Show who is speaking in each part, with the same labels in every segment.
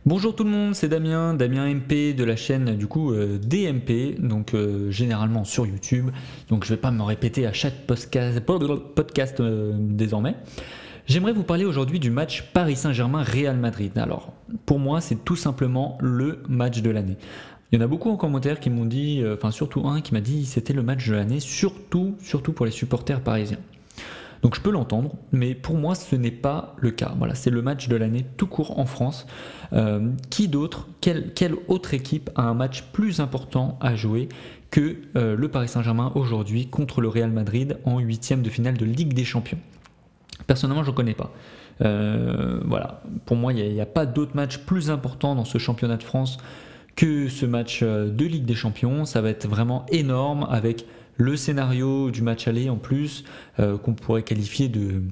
Speaker 1: Bonjour tout le monde, c'est Damien MP de la chaîne DMP, donc généralement sur YouTube, donc je vais pas me répéter à chaque podcast désormais. J'aimerais vous parler aujourd'hui du match Paris Saint-Germain-Real Madrid. Alors pour moi c'est tout simplement le match de l'année. Il y en a beaucoup en commentaire qui m'ont dit, surtout un qui m'a dit c'était le match de l'année, surtout pour les supporters parisiens. Donc je peux l'entendre, mais pour moi ce n'est pas le cas. Voilà, c'est le match de l'année tout court en France. Qui d'autre, quelle autre équipe a un match plus important à jouer que le Paris Saint-Germain aujourd'hui contre le Real Madrid en huitième de finale de Ligue des Champions? Personnellement, je ne connais pas. Voilà, pour moi, il n'y a pas d'autre match plus important dans ce championnat de France que ce match de Ligue des Champions. Ça va être vraiment énorme avec le scénario du match aller en plus, qu'on pourrait qualifier de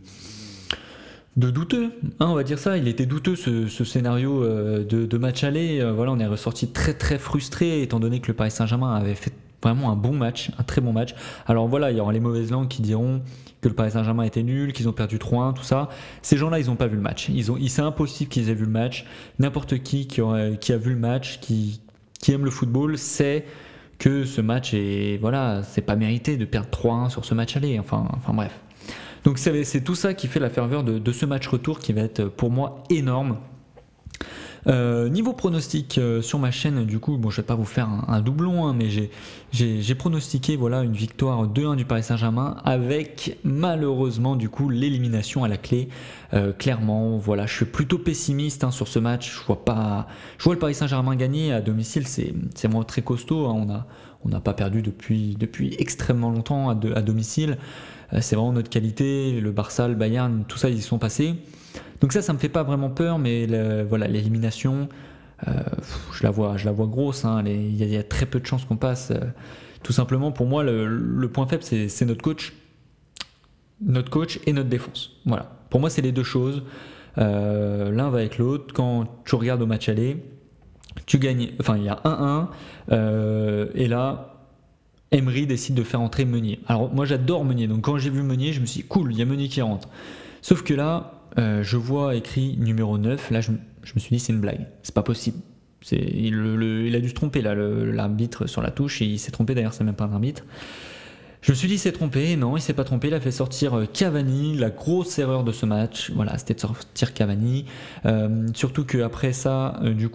Speaker 1: douteux, hein, on va dire ça. Il était douteux ce scénario de match aller. Voilà, on est ressorti très très frustré étant donné que le Paris Saint-Germain avait fait vraiment un bon match, un très bon match. Alors voilà, il y aura les mauvaises langues qui diront que le Paris Saint-Germain était nul, qu'ils ont perdu 3-1, tout ça. Ces gens-là, ils n'ont pas vu le match. C'est impossible qu'ils aient vu le match. N'importe qui a vu le match, qui aime le football, sait que ce match c'est pas mérité de perdre 3-1 sur ce match aller. Enfin bref. Donc c'est tout ça qui fait la ferveur de ce match retour qui va être pour moi énorme. Niveau pronostic sur ma chaîne, du coup, je vais pas vous faire un doublon, hein, mais j'ai pronostiqué une victoire 2-1 du Paris Saint-Germain avec malheureusement du coup l'élimination à la clé. Clairement, voilà, je suis plutôt pessimiste sur ce match. Je vois le Paris Saint-Germain gagner à domicile, c'est vraiment très costaud. Hein, on n'a pas perdu depuis extrêmement longtemps à domicile. C'est vraiment notre qualité. Le Barça, le Bayern, tout ça, ils y sont passés. Donc ça me fait pas vraiment peur, mais l'élimination, je la vois grosse. Hein, il y a très peu de chances qu'on passe. Tout simplement, pour moi, le point faible, c'est notre coach et notre défense. Voilà. Pour moi, c'est les deux choses. L'un va avec l'autre. Quand tu regardes au match aller, tu gagnes. Enfin, il y a 1-1, et là. Emery décide de faire entrer Meunier. Alors moi j'adore Meunier, donc quand j'ai vu Meunier, je me suis dit cool, il y a Meunier qui rentre. Sauf que là, je vois écrit numéro 9, là je me suis dit c'est une blague, c'est pas possible. Il a dû se tromper là, l'arbitre sur la touche, il s'est trompé d'ailleurs, c'est même pas un arbitre. Je me suis dit il s'est trompé, non il s'est pas trompé, il a fait sortir Cavani, la grosse erreur de ce match, voilà c'était de sortir Cavani, surtout qu'après ça,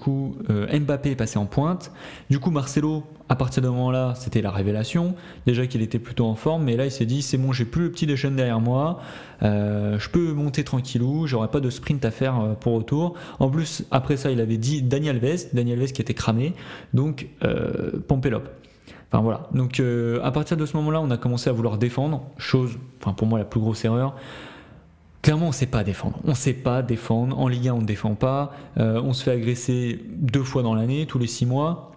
Speaker 1: Mbappé est passé en pointe, du coup Marcelo, à partir de ce moment-là, c'était la révélation, déjà qu'il était plutôt en forme, mais là il s'est dit c'est bon j'ai plus le petit déchaîne derrière moi, je peux monter tranquillou, j'aurai pas de sprint à faire pour retour, en plus après ça il avait dit Daniel Alves qui était cramé, donc Pompelope. Enfin voilà, donc à partir de ce moment-là, on a commencé à vouloir défendre, chose, pour moi la plus grosse erreur. Clairement, on sait pas défendre. En Ligue 1, on ne défend pas. On se fait agresser 2 fois dans l'année, tous les 6 mois.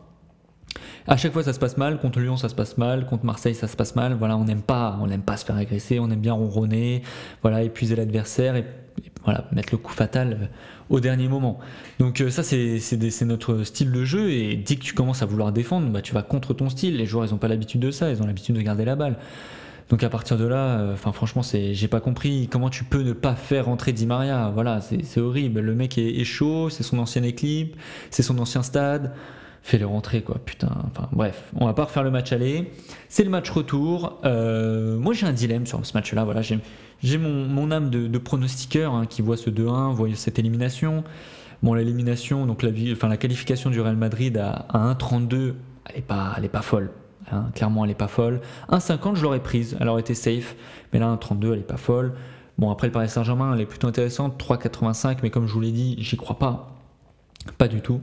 Speaker 1: À chaque fois, ça se passe mal. Contre Lyon, ça se passe mal. Contre Marseille, ça se passe mal. Voilà, on n'aime pas se faire agresser. On aime bien ronronner. Voilà, épuiser l'adversaire et voilà, mettre le coup fatal au dernier moment. Donc ça, c'est notre style de jeu. Et dès que tu commences à vouloir défendre, tu vas contre ton style. Les joueurs, ils n'ont pas l'habitude de ça. Ils ont l'habitude de garder la balle. Donc à partir de là, franchement, j'ai pas compris comment tu peux ne pas faire rentrer Di Maria. Voilà, c'est horrible. Le mec est chaud. C'est son ancienne équipe. C'est son ancien stade. Fais-le rentrer quoi, putain. Enfin bref, on va pas refaire le match aller. C'est le match retour. Moi j'ai un dilemme sur ce match-là. Voilà, j'ai mon âme de pronostiqueur qui voit ce 2-1, voit cette élimination. Bon, l'élimination, donc la qualification du Real Madrid à 1,32, elle est pas folle. Hein, clairement, elle est pas folle. 1,50, je l'aurais prise. Elle aurait été safe. Mais là, 1,32, elle est pas folle. Bon, après le Paris Saint-Germain, elle est plutôt intéressante. 3,85, mais comme je vous l'ai dit, j'y crois pas. Pas du tout.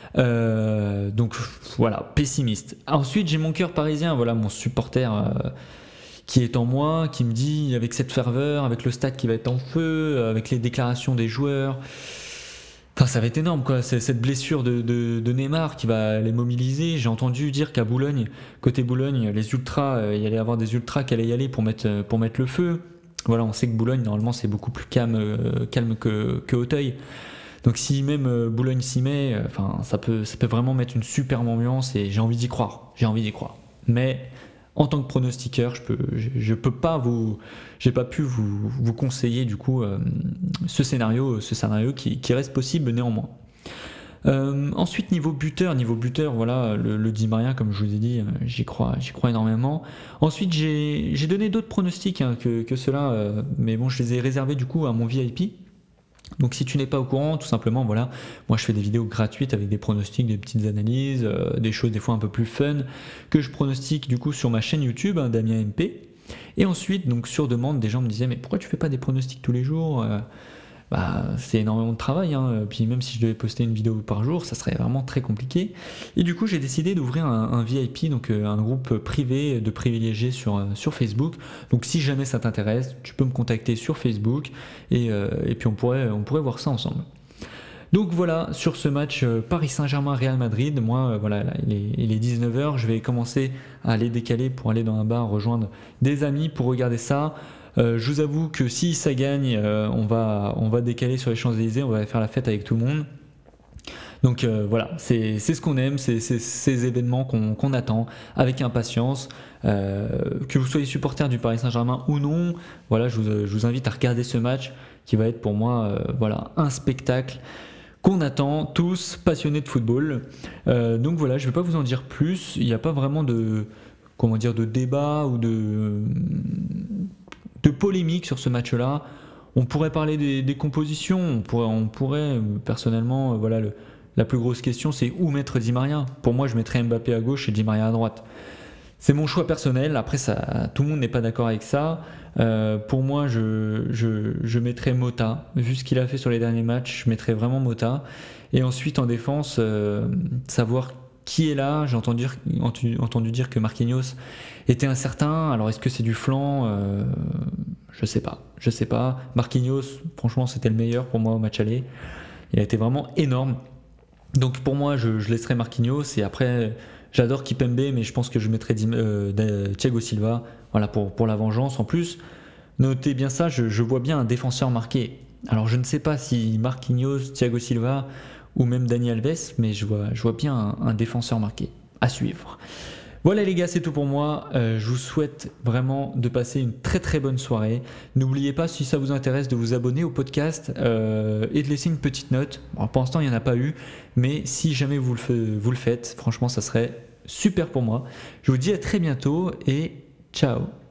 Speaker 1: Donc voilà, pessimiste. Ensuite j'ai mon cœur parisien, voilà mon supporter qui est en moi, qui me dit avec cette ferveur, avec le stade qui va être en feu, avec les déclarations des joueurs, enfin ça va être énorme quoi, c'est cette blessure de Neymar qui va les mobiliser. J'ai entendu dire qu'à Boulogne, côté Boulogne, les ultras, il y allait avoir des ultras qui allaient y aller pour mettre le feu. Voilà, on sait que Boulogne normalement c'est beaucoup plus calme que Auteuil. Donc si même Boulogne s'y met, ça peut vraiment mettre une superbe ambiance et j'ai envie d'y croire. Mais en tant que pronostiqueur, j'ai pas pu vous conseiller du coup ce scénario qui reste possible néanmoins. Ensuite niveau buteur, voilà, le Di Maria, comme je vous ai dit, j'y crois énormément. Ensuite j'ai donné d'autres pronostics que ceux-là, mais bon, je les ai réservés du coup à mon VIP. Donc si tu n'es pas au courant, tout simplement, voilà, moi je fais des vidéos gratuites avec des pronostics, des petites analyses, des choses des fois un peu plus fun que je pronostique du coup sur ma chaîne YouTube, hein, Damien MP. Et ensuite, donc sur demande, des gens me disaient mais pourquoi tu fais pas des pronostics tous les jours? C'est énormément de travail, hein. Puis même si je devais poster une vidéo par jour, ça serait vraiment très compliqué. Et du coup, j'ai décidé d'ouvrir un VIP, donc un groupe privé de privilégiés sur Facebook. Donc si jamais ça t'intéresse, tu peux me contacter sur Facebook et puis on pourrait voir ça ensemble. Donc voilà, sur ce match Paris Saint-Germain-Real Madrid, moi voilà, là, il est 19h, je vais commencer à aller décaler pour aller dans un bar rejoindre des amis pour regarder ça. Je vous avoue que si ça gagne, on va décaler sur les Champs-Élysées, on va faire la fête avec tout le monde. Donc voilà, c'est ce qu'on aime, c'est ces événements qu'on attend avec impatience. Que vous soyez supporter du Paris Saint-Germain ou non, voilà, je vous invite à regarder ce match qui va être pour moi voilà, un spectacle qu'on attend tous, passionnés de football. Donc voilà, je ne vais pas vous en dire plus, il n'y a pas vraiment de débat ou de polémique sur ce match-là. On pourrait parler des compositions, on pourrait personnellement, voilà, la plus grosse question c'est où mettre Di Maria. Pour moi, je mettrais Mbappé à gauche et Di Maria à droite. C'est mon choix personnel, après ça, tout le monde n'est pas d'accord avec ça. Pour moi, je mettrais Mota, vu ce qu'il a fait sur les derniers matchs, je mettrais vraiment Mota. Et ensuite en défense, savoir qui est là. J'ai entendu dire que Marquinhos était incertain. Alors est-ce que c'est du flanc? Je sais pas. Marquinhos, franchement, c'était le meilleur pour moi au match aller. Il a été vraiment énorme. Donc pour moi, je laisserai Marquinhos. Et après, j'adore Kipembe, mais je pense que je mettrai Thiago Silva. Voilà, pour la vengeance. En plus, notez bien ça, je vois bien un défenseur marqué. Alors je ne sais pas si Marquinhos, Thiago Silva ou même Dani Alves, mais je vois bien un défenseur marqué. À suivre. Voilà les gars, c'est tout pour moi. Je vous souhaite vraiment de passer une très très bonne soirée. N'oubliez pas, si ça vous intéresse, de vous abonner au podcast et de laisser une petite note. Bon, pour l'instant, il n'y en a pas eu, mais si jamais vous le faites, franchement, ça serait super pour moi. Je vous dis à très bientôt et ciao.